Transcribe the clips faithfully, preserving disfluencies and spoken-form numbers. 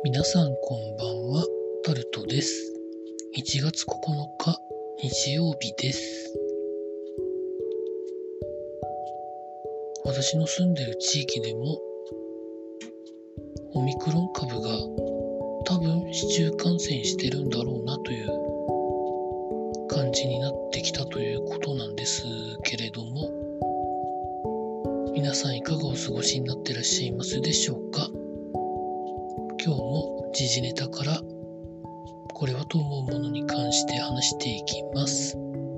皆さんこんばんは、タルトです。いちがつここのか日曜日です。私の住んでる地域でもオミクロン株が多分市中感染してるんだろうなという感じになってきたということなんですけれども、皆さんいかがお過ごしになってらっしゃいますでしょうか。今日も時事ネタからこれはと思うものに関して話していきます。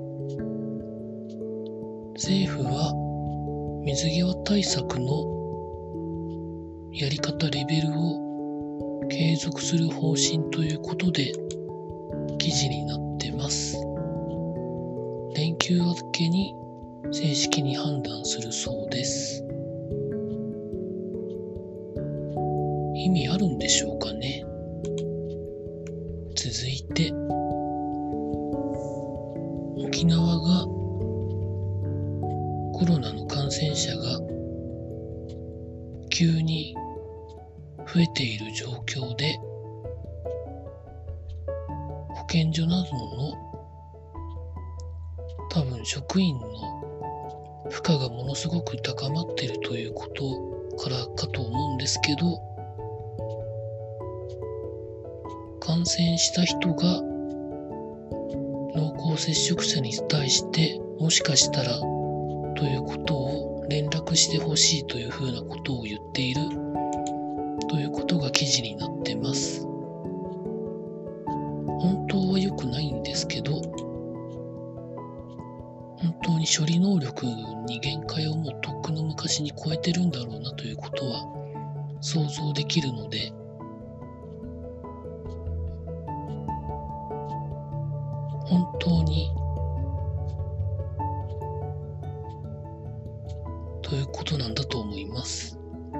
政府は水際対策のやり方レベルを継続する方針ということで記事になってます。連休明けに正式に判断するそうです。意味あるんでしょうかね。続いて、沖縄がコロナの感染者が急に増えている状況で、保健所などの多分職員の負荷がものすごく高まっているということからかと思うんですけど、感染した人が濃厚接触者に対してもしかしたらということを連絡してほしいというふうなことを言っているということが記事になってます。本当は良くないんですけど、本当に処理能力に限界をもうとっくの昔に超えてるんだろうなということは想像できるので、本当にということなんだと思います。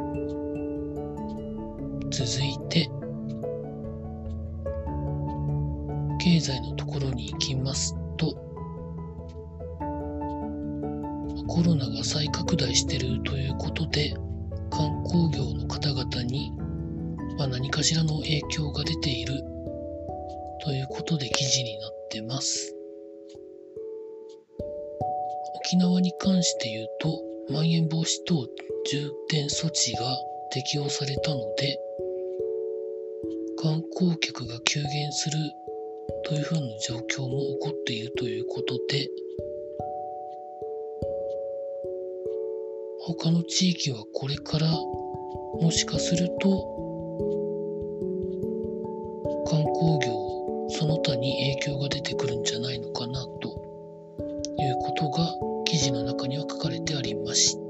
続いて経済のところに行きますと、コロナが再拡大しているということで観光業の方々に、まあ、何かしらの影響が出ているということで記事になってます。沖縄に関して言うと、まん延防止等重点措置が適用されたので、観光客が急減するというふうな状況も起こっているということで、他の地域はこれからもしかすると観光業その他に影響が出てくるんじゃないのかなということが記事の中には書かれてありました。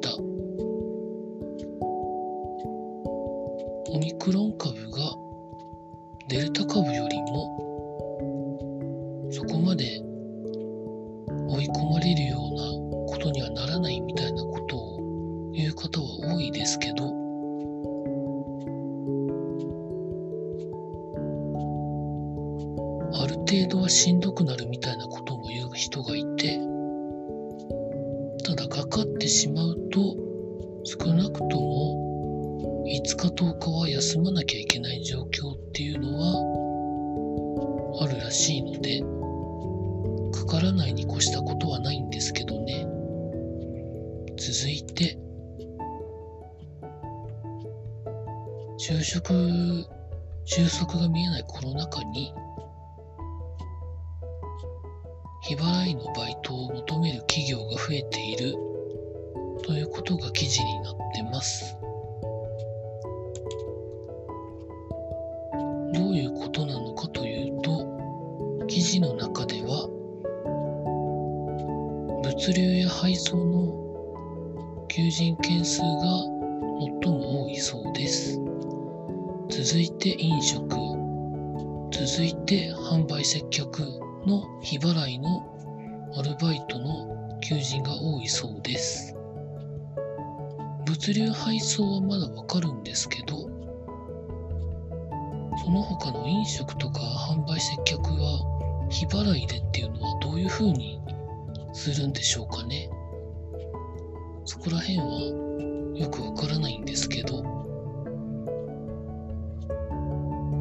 オミクロン株がデルタ株よりもそこまで追い込まれるようなことにはならないみたいなことを言う方は多いですけど、ある程度はしんどくなるみたいなことも言う人がいて、ただかかってしまうと少なくともいつかとおかは休まなきゃいけない状況っていうのはあるらしいので、かからないに越したことはないんですけどね。続いて就職収束が見えないコロナ禍に日払いのバイトを求める企業が増えているということが記事になってます。どういうことなのかというと、記事の中では物流や配送の求人件数が最も多いそうです。続いて飲食、続いて販売接客の日払いのアルバイトの求人が多いそうです。物流配送はまだわかるんですけど、その他の飲食とか販売接客は日払いでっていうのはどういう風にするんでしょうかね。そこら辺はよくわからないんですけど、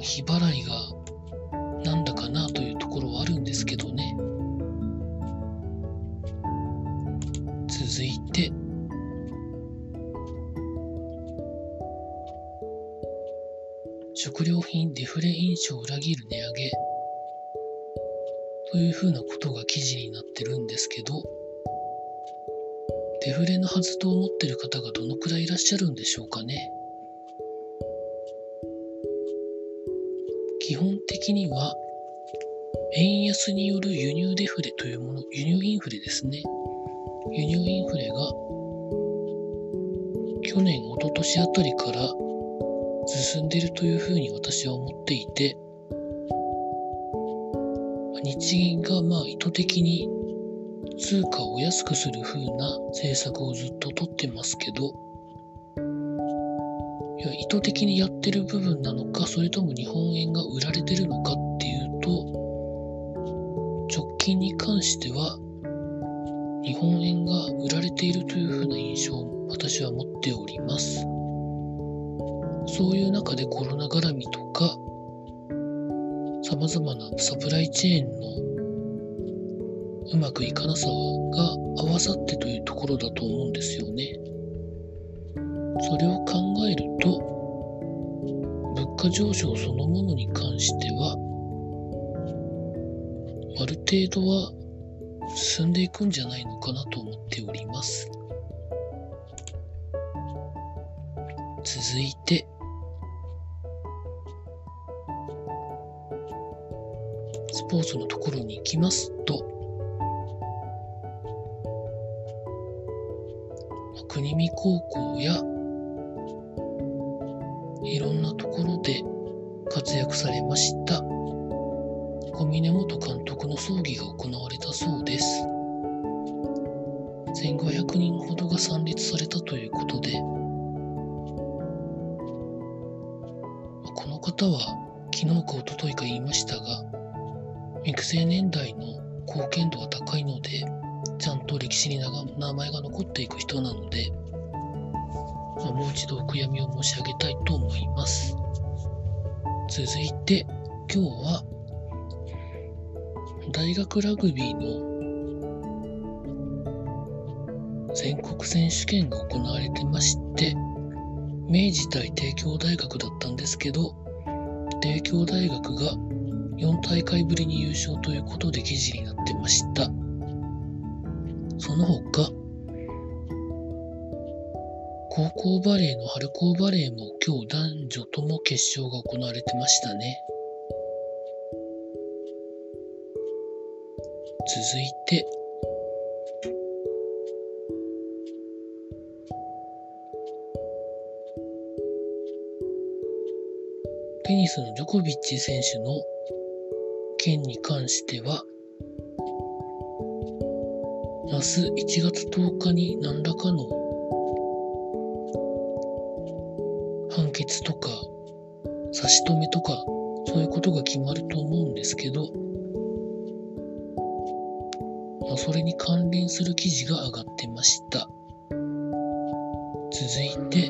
日払いがなんだかなというところはあるんですけどね。続いて、食料品デフレ印象を裏切る値上げというふうなことが記事になってるんですけど、デフレのはずと思ってる方がどのくらいいらっしゃるんでしょうかね。基本的には円安による輸入デフレというもの、輸入インフレですね。輸入インフレが去年、一昨年あたりから進んでいるというふうに私は思っていて、日銀がまあ意図的に通貨を安くする風な政策をずっと取ってますけど、いや意図的にやってる部分なのか、それとも日本円が売られてるのかっていうと、直近に関しては日本円が売られているという風な印象を私は持っております。そういう中でコロナ絡みとか様々なサプライチェーンのうまくいかなさが合わさってというところだと思うんですよね。それを考えると、物価上昇そのものに関しては、ある程度は進んでいくんじゃないのかなと思っております。続いて、スポーツのところに行きますと、国見高校やいろんなところで活躍されました小峰元監督の葬儀が行われたそうです。せんごひゃくにんほどが参列されたということで、この方は昨日か一昨日か言いましたが、育成年代の貢献度は高いので、ちゃんと歴史に名前が残っていく人なので、まあ、もう一度お悔やみを申し上げたいと思います。続いて、今日は大学ラグビーの全国選手権が行われてまして、明治対帝京大学だったんですけど、帝京大学がよん大会ぶりに優勝ということで記事になってました。その他、高校バレーの春高バレーも今日男女とも決勝が行われてましたね。続いて、テニスのジョコビッチ選手の件に関しては、明日いちがつとおかに何らかの判決とか差し止めとかそういうことが決まると思うんですけど、まあ、それに関連する記事が上がってました。続いて、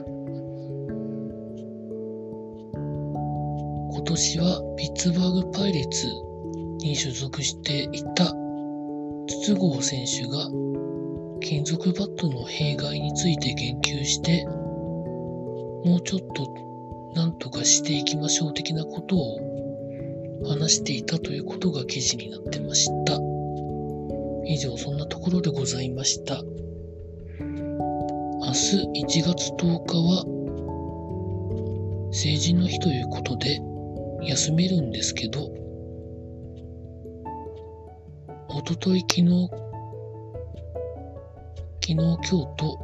今年はピッツバーグパイレーツに所属していた筒香選手が金属バットの弊害について言及して、もうちょっと何とかしていきましょう的なことを話していたということが記事になってました。以上、そんなところでございました。明日いちがつとおかは成人の日ということで休めるんですけど、おととい、昨日、昨日、今日と、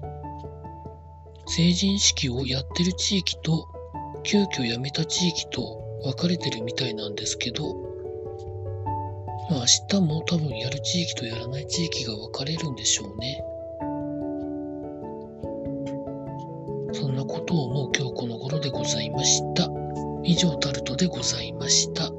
成人式をやってる地域と、急遽やめた地域と分かれてるみたいなんですけど、まあ明日も多分やる地域とやらない地域が分かれるんでしょうね。そんなことを思う今日この頃でございました。以上、タルトでございました。